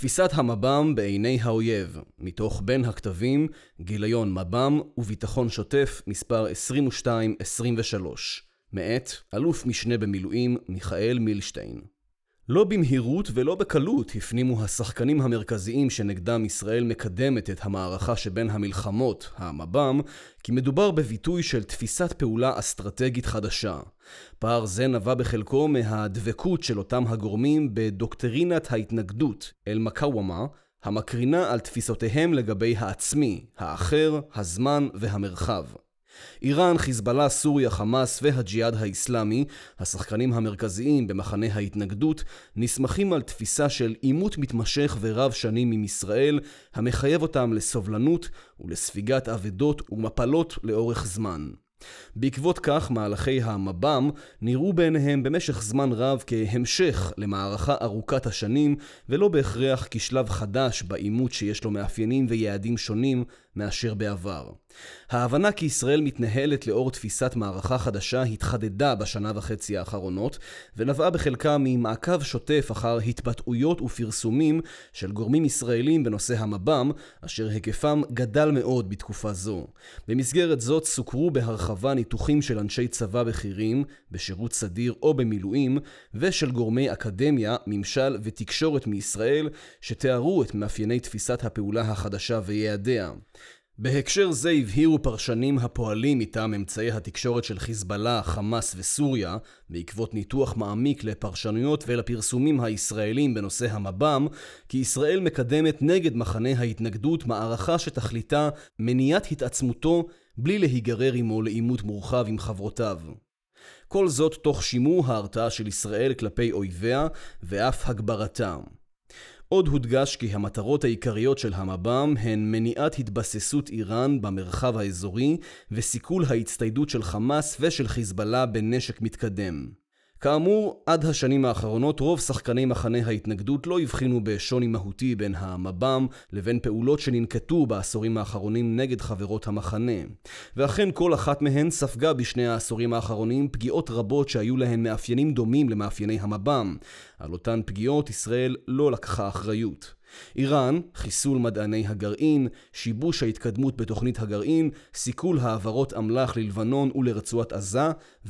תפיסת המב"ם בעיני האויב, מתוך בין הכתבים, גיליון מב"ם וביטחון שוטף מספר 22-23, מאת אלוף משנה במילואים מיכאל מילשטיין. לא במהירות ולא בקלות הפנימו השחקנים המרכזיים שנגדם ישראל מקדמת את המערכה שבין המלחמות, המב"ם, כי מדובר בביטוי של תפיסת פעולה אסטרטגית חדשה. פער זה נבע בחלקו מהדבקות של אותם הגורמים בדוקטרינת ההתנגדות אל מקאוומה, המקרינה על תפיסותיהם לגבי העצמי, האחר, הזמן והמרחב. איראן, חיזבאללה, סוריה, חמאס והג'יהאד האסלאמי, השחקנים המרכזיים במחנה ההתנגדות, נסמכים על תפיסה של עימות מתמשך ורב שנים עם ישראל, המחייב אותם לסובלנות ולספיגת אבדות ומפלות לאורך זמן. בעקבות כך, מהלכי המב"ם נראו בעיניהם במשך זמן רב כהמשך למערכה ארוכת השנים, ולא בהכרח כשלב חדש בעימות שיש לו מאפיינים ויעדים שונים מאשר בעבר. ההבנה כי ישראל מתנהלת לאור תפיסת מערכה חדשה התחדדה בשנה וחצי האחרונות, ונבעה בחלקה ממעקב שוטף אחר התבטאויות ופרסומים של גורמים ישראלים בנושא המב"ם, אשר היקפם גדל מאוד בתקופה זו. במסגרת זאת סוקרו בהרחבה ניתוחים של אנשי צבא בכירים, בשירות סדיר או במילואים, ושל גורמי אקדמיה, ממשל ותקשורת מישראל, שתיארו את מאפייני תפיסת הפעולה החדשה ויעדיה. בהקשר זה הבהירו פרשנים הפועלים מטעם אמצעי התקשורת של חיזבאללה, חמאס וסוריה, בעקבות ניתוח מעמיק לפרשנויות ולפרסומים הישראלים בנושא המב"ם, כי ישראל מקדמת נגד מחנה ההתנגדות מערכה שתכליתה מניעת התעצמותו בלי להיגרר עמו לעימות מורחב עם חברותיו. כל זאת תוך שימור ההרתעה של ישראל כלפי אויביה ואף הגברתה. עוד הודגש כי המטרות העיקריות של המב"ם הן מניעת התבססות איראן במרחב האזורי וסיכול ההצטיידות של חמאס ושל חיזבאללה בנשק מתקדם. כאמור, עד השנים האחרונות רוב שחקני מחנה ההתנגדות לא הבחינו בשוני מהותי בין המב"ם לבין פעולות שננקטו בעשורים האחרונים נגד חברות המחנה. ואכן כל אחת מהן ספגה בשני העשורים האחרונים פגיעות רבות שהיו להן מאפיינים דומים למאפייני המב"ם. על אותן פגיעות ישראל לא לקחה אחריות. איראן, חיסול מדעני הגרעין, שיבוש ההתקדמות בתוכנית הגרעין, סיכול העברות אמל"ח ללבנון ולרצועת עזה,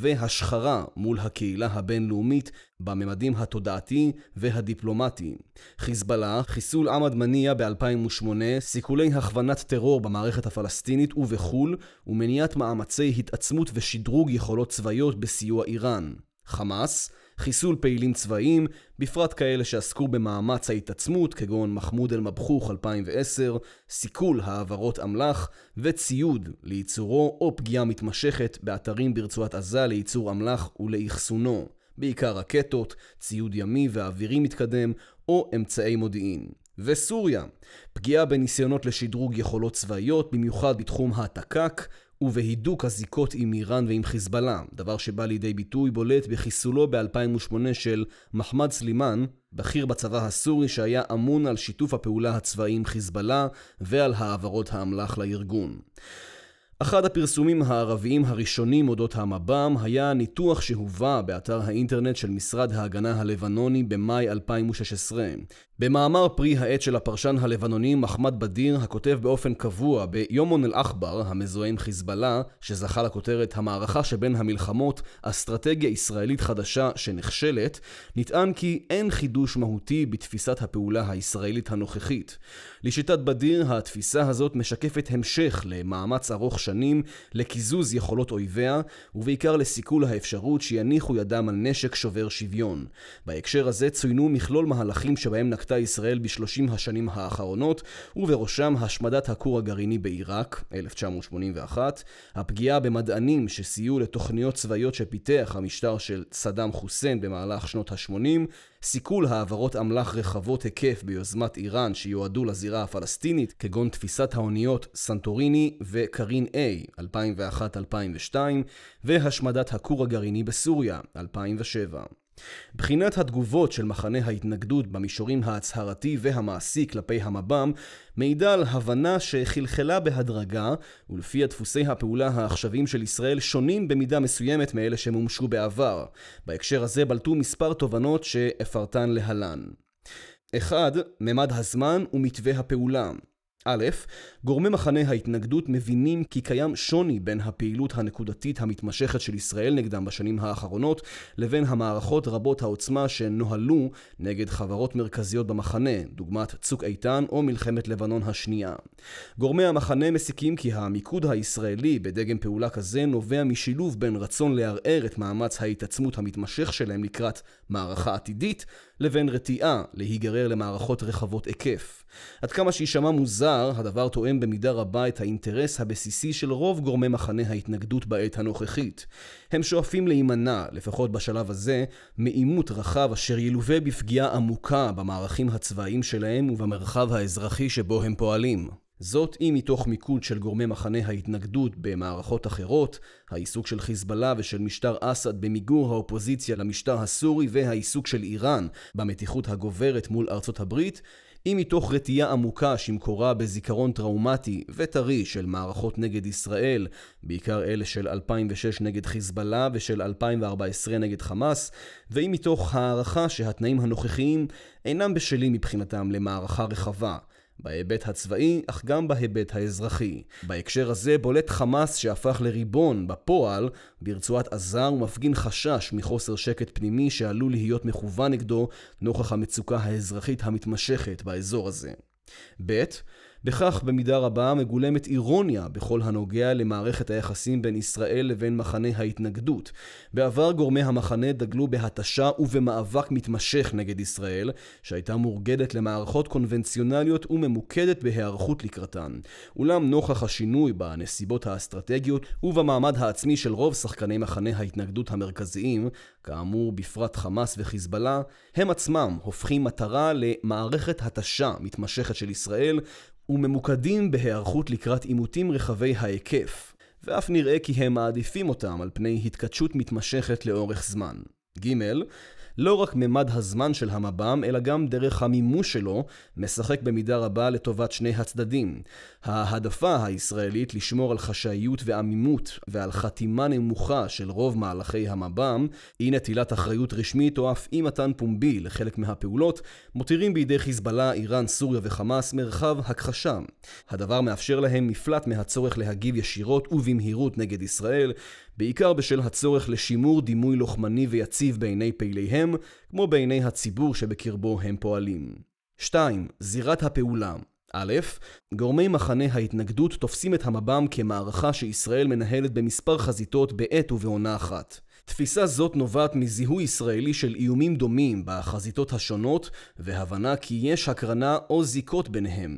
והשחרה מול הקהילה הבינלאומית בממדים התודעתי והדיפלומטי. חיזבאללה, חיסול עמד מניע ב-2008, סיכולי הכוונת טרור במערכת הפלסטינית ובחול, ומניעת מאמצי התעצמות ושדרוג יכולות צבאיות בסיוע איראן. חמאס, חיסול פעילים צבאיים, בפרט כאלה שעסקו במאמץ ההתעצמות, כגון מחמוד אל-מבחוך 2010, סיכול העברות אמל"ח וציוד לייצורו או פגיעה מתמשכת באתרים ברצועת עזה לייצור אמל"ח ולאחסונו, בעיקר רקטות, ציוד ימי ואווירי מתקדם או אמצעי מודיעין. וסוריה, פגיעה בניסיונות לשדרוג יכולות צבאיות, במיוחד בתחום התק"ק, ובהידוק הזיקות עם איראן ועם חיזבאללה, דבר שבא לידי ביטוי בולט בחיסולו ב-2008 של מחמד סלימן, בכיר בצבא הסורי שהיה אמון על שיתוף הפעולה הצבאי עם חיזבאללה ועל העברות האמל"ח לארגון. אחד הפרסומים הערביים הראשונים אודות המב"ם היה ניתוח שהובא באתר האינטרנט של משרד ההגנה הלבנוני במאי 2016. במאמר פרי העת של הפרשן הלבנוני מחמד בדיר, הכותב באופן קבוע ביומון אל-אחבר, המזוהה עם חיזבאללה, שזכה לכותרת המערכה שבין המלחמות, אסטרטגיה ישראלית חדשה שנכשלת, נטען כי אין חידוש מהותי בתפיסת הפעולה הישראלית הנוכחית. לשיטת בדיר, התפיסה הזאת משקפת המשך למאמץ ארוך שנים לקיזוז יכולות אויביה, ובעיקר לסיכול האפשרות שיניחו ידם על נשק שובר שוויון. בהקשר הזה צוינו מכלול מהלכים שבהם נקטה ישראל ב-30 השנים האחרונות, ובראשם השמדת הכור הגרעיני בעיראק, 1981, הפגיעה במדענים שסייעו לתוכניות צבאיות שפיתח המשטר של סדאם חוסיין במהלך שנות ה-80, סיכול העברות אמל"ח רחבות היקף ביוזמת איראן שיועדו לזירה הפלסטינית, כגון תפיסת האוניות סנטוריני וקרין A, 2001-2002, והשמדת הכור הגרעיני בסוריה, 2007. בחינת התגובות של מחנה ההתנגדות במישורים ההצהרתי והמעשי כלפי המב"ם מעידה על הבנה שחלחלה בהדרגה, ולפי דפוסי הפעולה העכשוויים של ישראל שונים במידה מסוימת מאלה שמומשו בעבר. בהקשר הזה בלטו מספר תובנות שאפרטן להלן. 1. ממד הזמן ומתווה הפעולה. א', גורמי מחנה ההתנגדות מבינים כי קיים שוני בין הפעילות הנקודתית המתמשכת של ישראל נגדם בשנים האחרונות לבין המערכות רבות העוצמה שנוהלו נגד חברות מרכזיות במחנה, דוגמת צוק איתן או מלחמת לבנון השנייה. גורמי המחנה מסיקים כי המיקוד הישראלי בדגם פעולה כזה נובע משילוב בין רצון לערער את מאמץ ההתעצמות המתמשך שלהם לקראת מערכה עתידית, לבין רתיעה להיגרר למערכות רחבות היקף. עד כמה שישמע מוזר, הדבר תואם במידה רבה את האינטרס הבסיסי של רוב גורמי מחנה ההתנגדות בעת הנוכחית. הם שואפים להימנע, לפחות בשלב הזה, מעימות רחב אשר ילווה בפגיעה עמוקה במערכים הצבאיים שלהם ובמרחב האזרחי שבו הם פועלים. זאת אם מתוך מיקוד של גורמי מחנה ההתנגדות במערכות אחרות, העיסוק של חיזבאללה ושל משטר אסד במיגור האופוזיציה למשטר הסורי והעיסוק של איראן במתיחות הגוברת מול ארצות הברית, אם מתוך רתיעה עמוקה שמקורה בזיכרון טראומטי וטרי של מערכות נגד ישראל, בעיקר אלה של 2006 נגד חיזבאללה ושל 2014 נגד חמאס, ואם מתוך הערכה שהתנאים הנוכחיים אינם בשלים מבחינתם למערכה רחבה, בהיבט הצבאי, אך גם בהיבט האזרחי. בהקשר הזה בולט חמאס שהפך לריבון בפועל ברצועת עזה ומפגין חשש מחוסר שקט פנימי שעלול להיות מכוון נגדו נוכח המצוקה האזרחית המתמשכת באזור הזה. ב' בכך במידה רבה מגולמת אירוניה בכל הנוגע למערכת היחסים בין ישראל לבין מחנה ההתנגדות. בעבר גורמי המחנה דגלו בהתשה ובמאבק מתמשך נגד ישראל, שהייתה מורגדת למערכות קונבנציונליות וממוקדת בהיערכות לקראתן. אולם נוכח השינוי בנסיבות האסטרטגיות ובמעמד העצמי של רוב שחקני מחנה ההתנגדות המרכזיים, כאמור בפרט חמאס וחיזבאללה, הם עצמם הופכים מטרה למערכת התשה מתמשכת של ישראל, וממוקדים בהיערכות לקראת עימותים רחבי ההיקף, ואף נראה כי הם מעדיפים אותם על פני התקדשות מתמשכת לאורך זמן. ג' לא רק ממד הזמן של המב"ם, אלא גם דרך המימוש שלו משחק במידה רבה לטובת שני הצדדים. ההעדפה הישראלית לשמור על חשאיות ועמימות ועל חתימה נמוכה של רוב מהלכי המב"ם, אי נטילת אחריות רשמית או אף אי מתן פומבי לחלק מהפעולות, מותירים בידי חיזבאללה, איראן, סוריה וחמאס מרחב הכחשה. הדבר מאפשר להם מפלט מהצורך להגיב ישירות ובמהירות נגד ישראל, בעיקר בשל הצורך לשימור דימוי לוחמני ויציב בעיני פעיליהם, כמו בעיני הציבור שבקרבו הם פועלים. 2. זירת הפעולה. א', גורמי מחנה ההתנגדות תופסים את המב"ם כמערכה שישראל מנהלת במספר חזיתות בעת ובעונה אחת. תפיסה זאת נובעת מזיהוי ישראלי של איומים דומים בחזיתות השונות, והבנה כי יש הקרנה או זיקות ביניהם.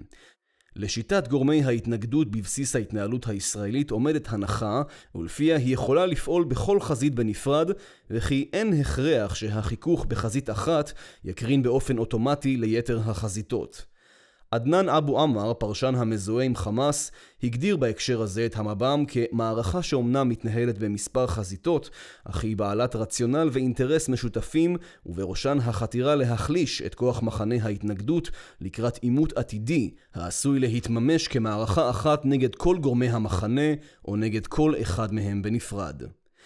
לשיטת גורמי ההתנגדות בבסיס ההתנהלות הישראלית עומדת הנחה, ולפיה היא יכולה לפעול בכל חזית בנפרד, וכי אין הכרח שהחיכוך בחזית אחת יקרין באופן אוטומטי ליתר החזיתות. עדנאן אבו עמר, פרשן המזוהה עם חמאס, הגדיר בהקשר הזה את המב"ם כמערכה שאומנם מתנהלת במספר חזיתות, אך היא בעלת רציונל ואינטרס משותפים, ובראשן החתירה להחליש את כוח מחנה ההתנגדות לקראת עימות עתידי, העשוי להתממש כמערכה אחת נגד כל גורמי המחנה, או נגד כל אחד מהם בנפרד.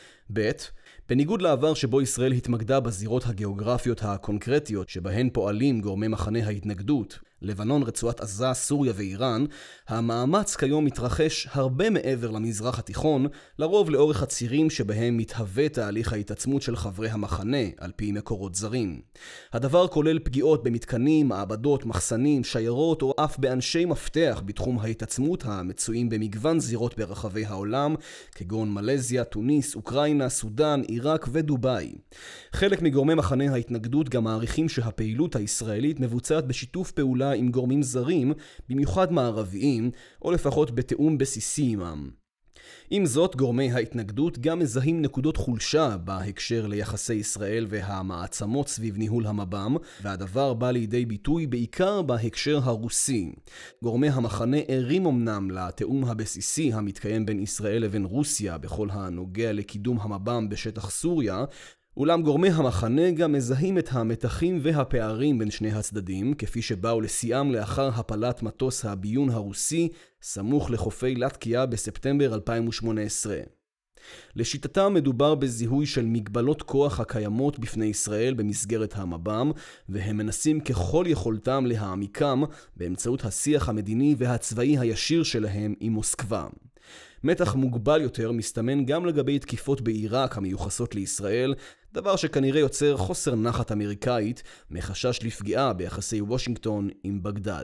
ב' בניגוד לעבר שבו ישראל התמקדה בזירות הגיאוגרפיות הקונקרטיות שבהן פועלים גורמי מחנה ההתנגדות, לבנון, רצועת עזה, סוריה ואיראן, המאמץ כיום מתרחש הרבה מעבר למזרח התיכון, לרוב לאורך הצירים שבהם מתהווה תהליך ההתעצמות של חברי המחנה על פי מקורות זרים. הדבר כולל פגיעות במתקנים, מעבדות, מחסנים, שיירות או אף באנשי מפתח בתחום ההתעצמות המצויים במגוון זירות ברחבי העולם, כגון מלזיה, טוניס, אוקראינה, סודן, עיראק ודובאי. חלק מגורמי מחנה ההתנגדות גם מעריכים שהפעילות הישראלית מבוצעת בשיתוף פעולה עם גורמים זרים, במיוחד מערביים, או לפחות בתאום בסיסי עמם. עם זאת, גורמי ההתנגדות גם מזהים נקודות חולשה בהקשר ליחסי ישראל והמעצמות סביב ניהול המב"ם, והדבר בא לידי ביטוי בעיקר בהקשר הרוסי. גורמי המחנה ערים אמנם לתאום הבסיסי המתקיים בין ישראל לבין רוסיה בכל הנוגע לקידום המב"ם בשטח סוריה, אולם גורמי המחנה גם מזהים את המתחים והפערים בין שני הצדדים, כפי שבאו לשיאם לאחר הפלת מטוס הביון הרוסי סמוך לחופי לטקיה בספטמבר 2018. לשיטתם מדובר בזיהוי של מגבלות כוח הקיימות בפני ישראל במסגרת המב"ם, והם מנסים ככל יכולתם להעמיקם באמצעות השיח המדיני והצבאי הישיר שלהם עם מוסקבה. מתח מוגבל יותר מסתמן גם לגבי תקיפות בעיראק המיוחסות לישראל, דבר שכנראה יוצר חוסר נחת אמריקאית מחשש לפגיעה ביחסי וושינגטון עם בגדד.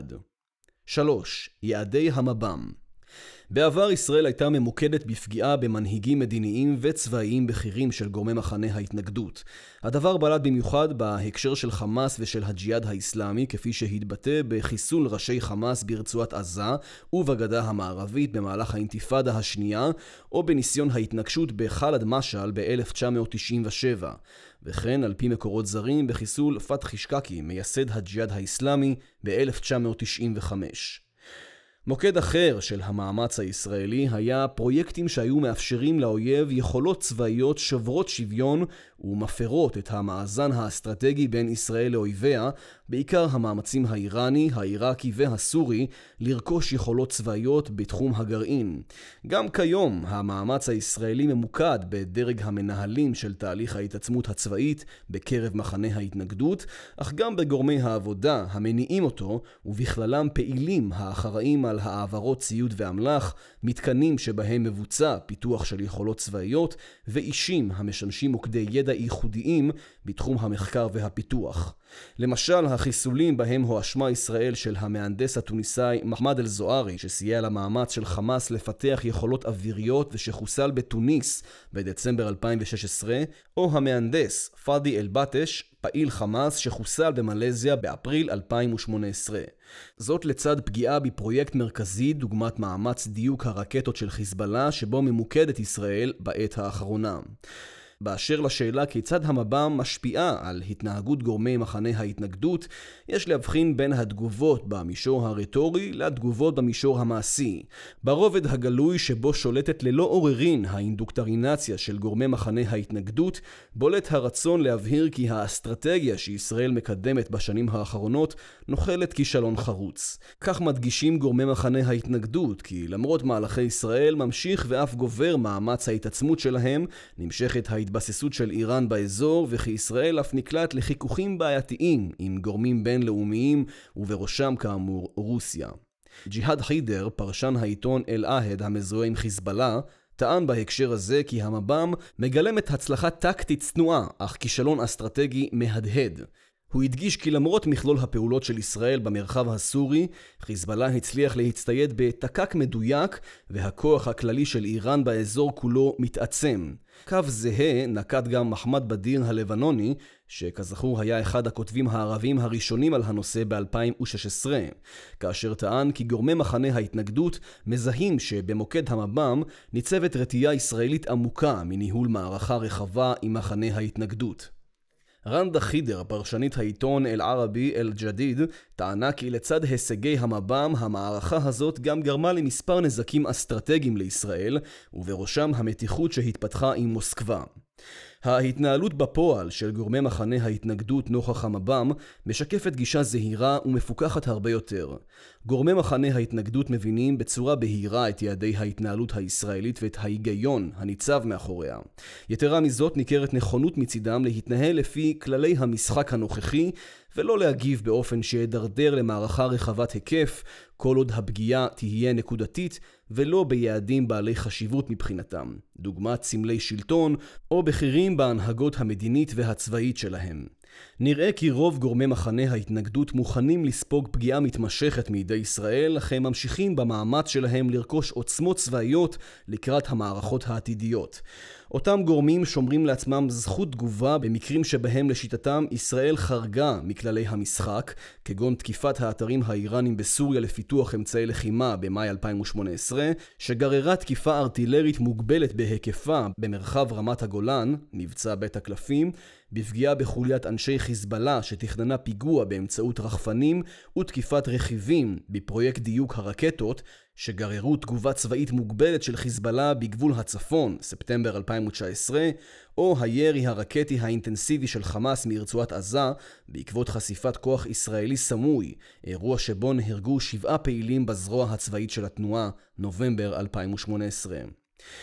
3. יעדי המב"ם. בעבר ישראל הייתה ממוקדת בפגיעה במנהיגים מדיניים וצבאיים בכירים של גורמי מחנה ההתנגדות. הדבר בלט במיוחד בהקשר של חמאס ושל הג'יהאד האסלאמי, כפי שהתבטא בחיסול ראשי חמאס ברצועת עזה ובגדה המערבית במהלך האינתיפאדה השנייה, או בניסיון ההתנגשות בח'אלד משעל ב-1997. וכן, על פי מקורות זרים, בחיסול פתחי שקאקי, מייסד הג'יהאד האסלאמי ב-1995. מוקד אחר של המאמץ הישראלי היה פרויקטים שהיו מאפשרים לאויב יכולות צבאיות שוברות שוויון ומפרות את המאזן האסטרטגי בין ישראל לאויביה, בעיקר המאמצים האיראני, העיראקי והסורי, לרכוש יכולות צבאיות בתחום הגרעין. גם כיום המאמץ הישראלי ממוקד בדרג המנהלים של תהליך ההתעצמות הצבאית בקרב מחנה ההתנגדות, אך גם בגורמי העבודה המניעים אותו, ובכללם פעילים האחראים על העברות ציוד ואמל"ח, מתקנים שבהם מבוצע פיתוח של יכולות צבאיות, ואישים המשמשים מוקדי ידע ייחודיים בתחום המחקר והפיתוח. למשל, החיסולים בהם הואשמה ישראל של המהנדס התוניסאי מחמד אל-זוערי, שסייע למאמץ של חמאס לפתח יכולות אוויריות ושחוסל בתוניס בדצמבר 2016, או המהנדס פאדי אל-בטש, פעיל חמאס שחוסל במלזיה באפריל 2018. זאת לצד פגיעה בפרויקט מרכזי דוגמת מאמץ דיוק הרקטות של חיזבאללה, שבו ממוקדת ישראל בעת האחרונה. באשר לשאלה כיצד המב"ם משפיעה על התנהגות גורמי מחנה ההתנגדות, יש להבחין בין התגובות במישור הרטורי לתגובות במישור המעשי. ברובד הגלוי שבו שולטת ללא עוררין האינדוקטרינציה של גורמי מחנה ההתנגדות, בולט הרצון להבהיר כי האסטרטגיה שישראל מקדמת בשנים האחרונות נוחלת כישלון חרוץ. כך מדגישים גורמי מחנה ההתנגדות, כי למרות מהלכי ישראל ממשיך ואף גובר מאמץ ההתעצמות שלהם, נמשכת ההתבססות של איראן באזור, וכי ישראל אף נקלט לחיכוכים בעייתיים עם גורמים בינלאומיים, ובראשם כאמור רוסיה. ג'יהאד חידר, פרשן העיתון אל-אהד המזוהה עם חיזבאללה, טען בהקשר הזה כי המב"ם מגלמת הצלחה טקטית צנועה, אך כישלון אסטרטגי מהדהד. הוא הדגיש כי למרות מכלול הפעולות של ישראל במרחב הסורי, חיזבאללה הצליח להצטייד בתקק מדויק, והכוח הכללי של איראן באזור כולו מתעצם. קו זהה נקט גם מחמד בדיר הלבנוני, שכזכור היה אחד הכותבים הערבים הראשונים על הנושא ב-2016, כאשר טען כי גורמי מחנה ההתנגדות מזהים שבמוקד המב"ם ניצבת רתיעה ישראלית עמוקה מניהול מערכה רחבה עם מחנה ההתנגדות. רנדה חידר, פרשנית העיתון אל-ערבי אל-ג'דיד, טענה כי לצד הישגי המב"ם, המערכה הזאת גם גרמה למספר נזקים אסטרטגיים לישראל, ובראשם המתיחות שהתפתחה עם מוסקבה. ההתנהלות בפועל של גורמי מחנה ההתנגדות נוכח המב"ם משקפת גישה זהירה ומפוקחת הרבה יותר. גורמי מחנה ההתנגדות מבינים בצורה בהירה את יעדי ההתנהלות הישראלית ואת ההיגיון הניצב מאחוריה. יתרה מזאת, ניכרת נכונות מצידם להתנהל לפי כללי המשחק הנוכחי, ולא להגיב באופן שידרדר למערכה רחבת היקף, כל עוד הפגיעה תהיה נקודתית ולא ביעדים בעלי חשיבות מבחינתם, דוגמת סמלי שלטון או בכירים בהנהגות המדינית והצבאית שלהם. נראה כי רוב גורמי מחנה ההתנגדות מוכנים לספוג פגיעה מתמשכת מידי ישראל, אך הם ממשיכים במאמץ שלהם לרכוש עוצמות צבאיות לקראת המערכות העתידיות. אותם גורמים שומרים לעצמם זכות תגובה במקרים שבהם לשיטתם ישראל חרגה מכללי המשחק, כגון תקיפת האתרים האיראנים בסוריה לפיתוח אמצעי לחימה במאי 2018, שגררה תקיפה ארטילרית מוגבלת בהיקפה במרחב רמת הגולן, מבצע בית הקלפים, בפגיעה בחוליית אנשי חיזבאללה שתכננה פיגוע באמצעות רחפנים, ותקיפת רכיבים בפרויקט דיוק הרקטות, שגררו תגובה צבאית מוגבלת של חיזבאללה בגבול הצפון, ספטמבר 2019, או הירי הרקטי האינטנסיבי של חמאס מרצועת עזה, בעקבות חשיפת כוח ישראלי סמוי, אירוע שבו נהרגו 7 פעילים בזרוע הצבאית של התנועה, נובמבר 2018.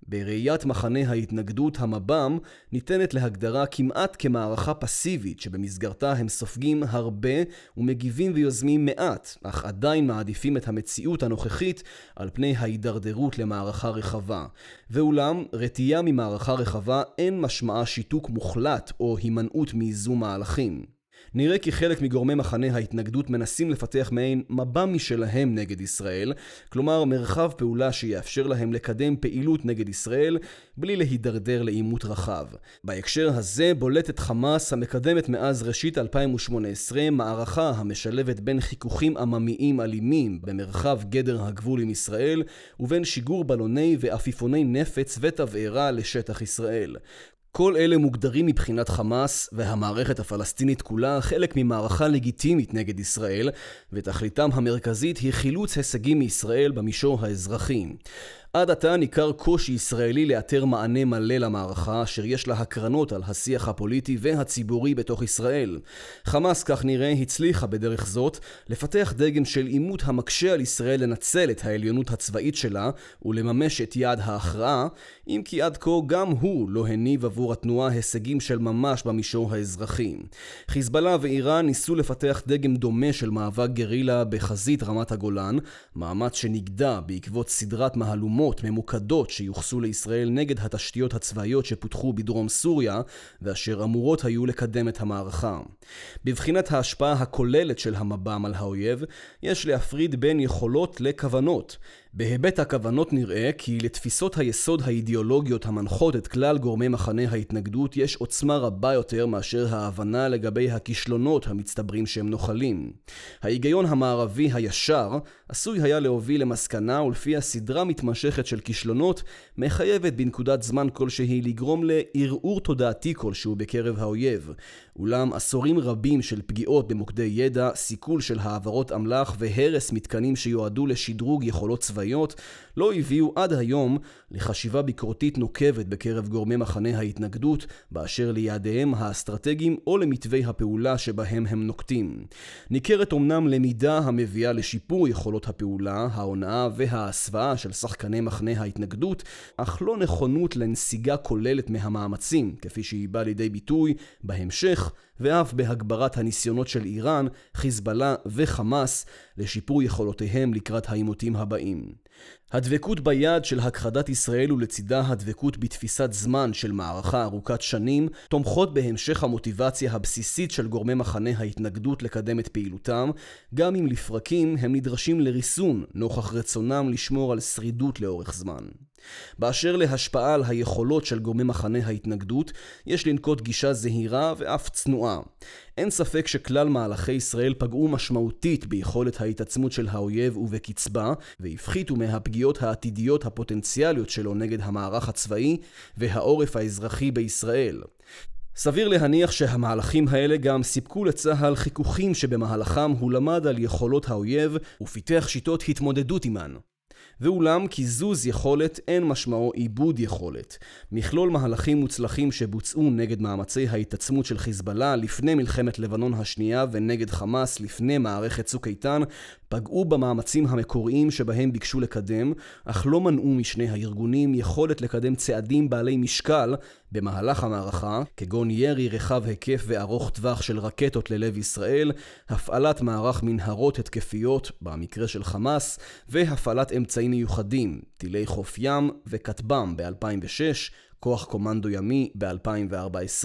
בראיית מחנה ההתנגדות המב"ם ניתנת להגדרה כמעט כמערכה פסיבית שבמסגרתה הם סופגים הרבה ומגיבים ויוזמים מעט, אך עדיין מעדיפים את המציאות הנוכחית על פני ההידרדרות למערכה רחבה. ואולם, רתיעה ממערכה רחבה אין משמעה שיתוק מוחלט או הימנעות מייזום מהלכים. נראה כי חלק מגורמי מחנה ההתנגדות מנסים לפתח מעין מב"ם משלהם נגד ישראל, כלומר מרחב פעולה שיאפשר להם לקדם פעילות נגד ישראל בלי להידרדר לעימות רחב. בהקשר הזה בולטת חמאס המקדמת מאז ראשית 2018 מערכה המשלבת בין חיכוכים עממיים אלימים במרחב גדר הגבול עם ישראל ובין שיגור בלוני ועפיפוני נפץ ותבערה לשטח ישראל. כל אלה מוגדרים מבחינת חמאס והמערכת הפלסטינית כולה חלק ממערכה לגיטימית נגד ישראל, ותכליתם המרכזית היא חילוץ הישגים מישראל במישור האזרחי. עד עתה ניכר קושי ישראלי לאתר מענה מלא למערכה, אשר יש לה הקרנות על השיח הפוליטי והציבורי בתוך ישראל. חמאס, כך נראה, הצליחה בדרך זאת לפתח דגם של עימות המקשה על ישראל לנצל את העליונות הצבאית שלה ולממש את יעד ההכרעה, אם כי עד כה גם הוא לא הניב עבור התנועה הישגים של ממש במישור האזרחי. חיזבאללה ואיראן ניסו לפתח דגם דומה של מאבק גרילה בחזית רמת הגולן, מאמץ שנגדע בעקבות סדרת מהלומות ממוקדות שיוחסו לישראל נגד התשתיות הצבאיות שפותחו בדרום סוריה ואשר אמורות היו לקדם את המערכה. בבחינת ההשפעה הכוללת של המב"ם על האויב, יש להפריד בין יכולות לכוונות. בהיבט הכוונות נראה כי לתפיסות היסוד האידיאולוגיות המנחות את כלל גורמי מחנה ההתנגדות יש עוצמה רבה יותר מאשר ההבנה לגבי הכישלונות המצטברים שהם נוחלים. ההיגיון המערבי הישר עשוי היה להוביל למסקנה ולפיה סדרה מתמשכת של כישלונות מחייבת בנקודת זמן כלשהי לגרום לערעור תודעתי כלשהו בקרב האויב. אולם עשורים רבים של פגיעות במוקדי ידע, סיכול של העברות אמל"ח והרס מתקנים שיועדו לשדרוג יכולות צבאיות לא הביאו עד היום לחשיבה ביקורתית נוקבת בקרב גורמי מחנה ההתנגדות באשר ליעדיהם האסטרטגיים או למתווי הפעולה שבהם הם נוקטים. ניכרת אמנם למידה המביאה לשיפור יכולות הפעולה, ההונאה וההסוואה של שחקני מחנה ההתנגדות, אך לא נכונות לנסיגה כוללת מהמאמצים, כפי שהיא באה לידי ביטוי בהמשך ואף בהגברת הניסיונות של איראן, חיזבאללה וחמאס לשיפור יכולותיהם לקראת העימותים הבאים. הדבקות ביעד של הכחדת ישראל ולצידה הדבקות בתפיסת זמן של מערכה ארוכת שנים תומכות בהמשך המוטיבציה הבסיסית של גורמי מחנה ההתנגדות לקדם את פעילותם, גם אם לפרקים הם נדרשים לריסון נוכח רצונם לשמור על שרידות לאורך זמן. באשר להשפעה על היכולות של גורמי מחנה ההתנגדות, יש לנקוט גישה זהירה ואף צנועה. אין ספק שכלל מהלכי ישראל פגעו משמעותית ביכולת ההתעצמות של האויב ובקצבה, והפחיתו מהפגיעות העתידיות הפוטנציאליות שלו נגד המערך הצבאי והעורף האזרחי בישראל. סביר להניח שהמהלכים האלה גם סיפקו לצה"ל חיכוכים שבמהלכם הוא למד על יכולות האויב ופיתח שיטות התמודדות עימן. ואולם קיזוז יכולת אין משמעו איבוד יכולת. מכלול מהלכים מוצלחים שבוצעו נגד מאמצי ההתעצמות של חיזבאללה לפני מלחמת לבנון השנייה ונגד חמאס לפני מערכת צוק איתן פגעו במאמצים המקוריים שבהם ביקשו לקדם, אך לא מנעו משני הארגונים יכולת לקדם צעדים בעלי משקל במהלך המערכה, כגון ירי רחב היקף וארוך טווח של רקטות ללב ישראל, הפעלת מערך מנהרות התקפיות במקרה של חמאס, והפעלת אמצעים מיוחדים, טילי חוף ים וכטב"ם ב-2006, כוח קומנדו ימי ב-2014.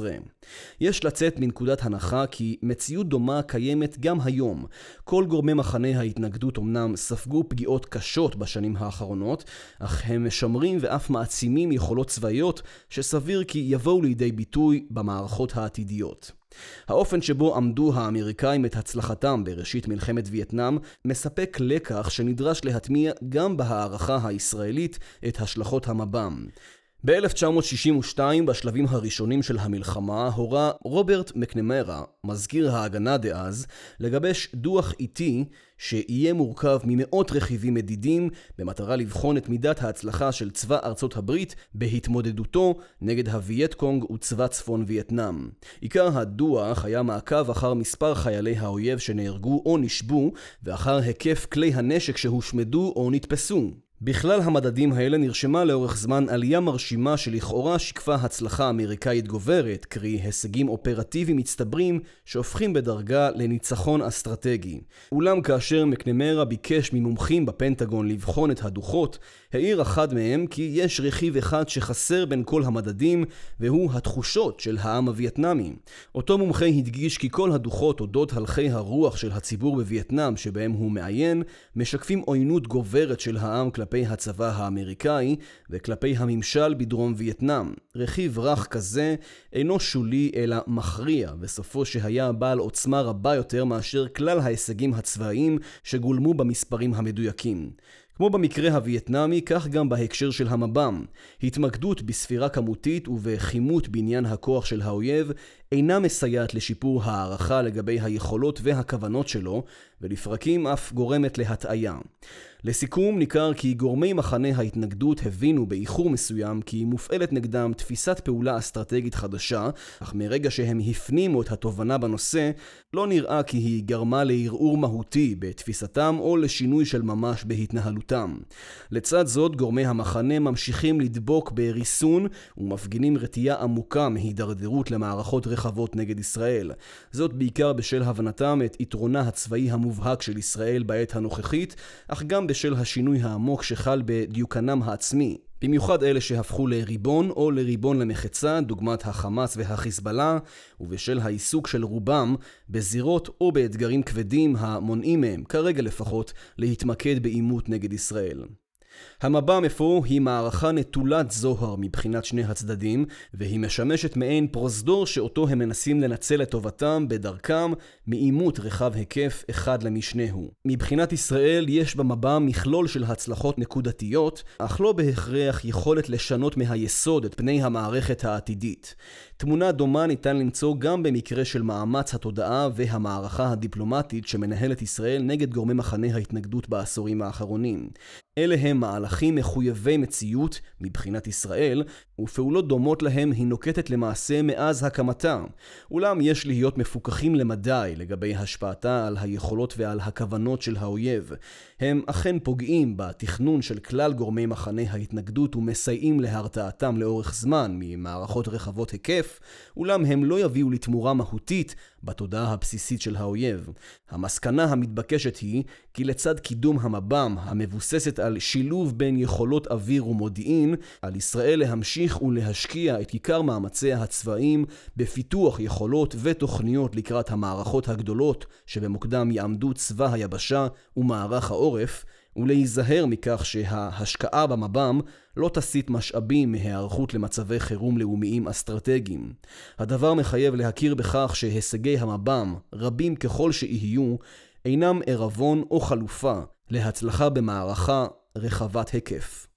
יש לצאת מנקודת הנחה כי מציאות דומה קיימת גם היום. כל גורמי מחנה ההתנגדות אמנם ספגו פגיעות קשות בשנים האחרונות, אך הם משמרים ואף מעצימים יכולות צבאיות שסביר כי יבואו לידי ביטוי במערכות העתידיות. האופן שבו עמדו האמריקאים את הצלחתם בראשית מלחמת וייטנאם מספק לקח שנדרש להטמיע גם בהערכה הישראלית את השלכות המב"ם. ב-1962, בשלבים הראשונים של המלחמה, הורה רוברט מקנמרה, מזכיר ההגנה דאז, לגבש דוח איטי שיהיה מורכב ממאות רכיבים מדידים במטרה לבחון את מידת ההצלחה של צבא ארצות הברית בהתמודדותו נגד הווייטקונג וצבא צפון וייטנאם. עיקר הדוח היה מעקב אחר מספר חיילי האויב שנהרגו או נשבו ואחר היקף כלי הנשק שהושמדו או נתפסו. בכלל המדדים האלה נרשמה לאורך זמן עלייה מרשימה שלכאורה שיקפה הצלחה אמריקאית גוברת, קרי הישגים אופרטיביים מצטברים שהופכים בדרגה לניצחון אסטרטגי. אולם כאשר מקנמרה ביקש ממומחים בפנטגון לבחון את הדוחות, העיר אחד מהם כי יש רכיב אחד שחסר בין כל המדדים, והוא התחושות של העם הווייטנמי. אותו מומחה הדגיש כי כל הדוחות אודות הלכי הרוח של הציבור בווייטנאם שבהם הוא מעיין, משקפים עוינות גוברת של העם כלפי הצבא האמריקאי וכלפי הממשל בדרום וייטנאם. רכיב רך כזה אינו שולי אלא מכריע, וסופו שהיה בעל עוצמה רבה יותר מאשר כלל ההישגים הצבאיים שגולמו במספרים המדויקים. כמו במקרה הווייטנאמי, כך גם בהקשר של המב"ם. התמקדות בספירה כמותית ובחימות בעניין הכוח של האויב אינה מסייעת לשיפור הערכה לגבי היכולות והכוונות שלו, ולפרקים אף גורמת להטעיה. לסיכום, ניכר כי גורמי מחנה ההתנגדות הבינו באיחור מסוים כי מופעלת נגדם תפיסת פעולה אסטרטגית חדשה, אך מרגע שהם הפנימו את התובנה בנושא, לא נראה כי היא גרמה לערעור מהותי בתפיסתם או לשינוי של ממש בהתנהלותם. לצד זאת, גורמי המחנה ממשיכים לדבוק בריסון ומפגינים רתיעה עמוקה מהידרדרות למערכות רחבות נגד ישראל. זאת בעיקר בשל הבנתם את יתרונה הצבאי המובהק של ישראל בעת הנוכחית, אך גם בשל השינוי העמוק שחל בדיוקנם העצמי. במיוחד אלה שהפכו לריבון או לריבון למחצה, דוגמת החמאס והחיזבאללה, ובשל העיסוק של רובם בזירות או באתגרים כבדים המונעים מהם, כרגע לפחות, להתמקד בעימות נגד ישראל. המב"ם אפוא היא מערכה נטולת זוהר מבחינת שני הצדדים, והיא משמשת מעין פרוזדור שאותו הם מנסים לנצל לטובתם בדרכם מעימות רחב היקף אחד למשנהו. מבחינת ישראל יש במב"ם מכלול של הצלחות נקודתיות, אך לא בהכרח יכולת לשנות מהיסוד את פני המערכת העתידית. תמונה דומה ניתן למצוא גם במקרה של מאמץ התודעה והמערכה הדיפלומטית שמנהלת ישראל נגד גורמי מחנה ההתנגדות בעשורים האחרונים. אלה הם מהלכים מחויבי מציאות מבחינת ישראל, ופעולות דומות להם היא נוקטת למעשה מאז הקמתה. אולם יש להיות מפוקחים למדי לגבי השפעתה על היכולות ועל הכוונות של האויב. הם אכן פוגעים בתכנון של כלל גורמי מחנה ההתנגדות ומסייעים להרתעתם לאורך זמן ממערכות רחבות היקף, אולם הם לא יביאו לתמורה מהותית בתודעה הבסיסית של האויב. המסקנה המתבקשת היא כי לצד קידום המב"ם המבוססת על שילוב בין יכולות אוויר ומודיעין, על ישראל להמשיך ולהשקיע את עיקר מאמציה הצבאיים בפיתוח יכולות ותוכניות לקראת המערכות הגדולות שבמוקדם יעמדו צבא היבשה ומערך העורף, ולהיזהר מכך שההשקעה במב"ם לא תסיט משאבים מהיערכות למצבי חירום לאומיים אסטרטגיים. הדבר מחייב להכיר בכך שהישגי המב"ם, רבים ככל שיהיו, אינם ערבון או חלופה להצלחה במערכה רחבת היקף.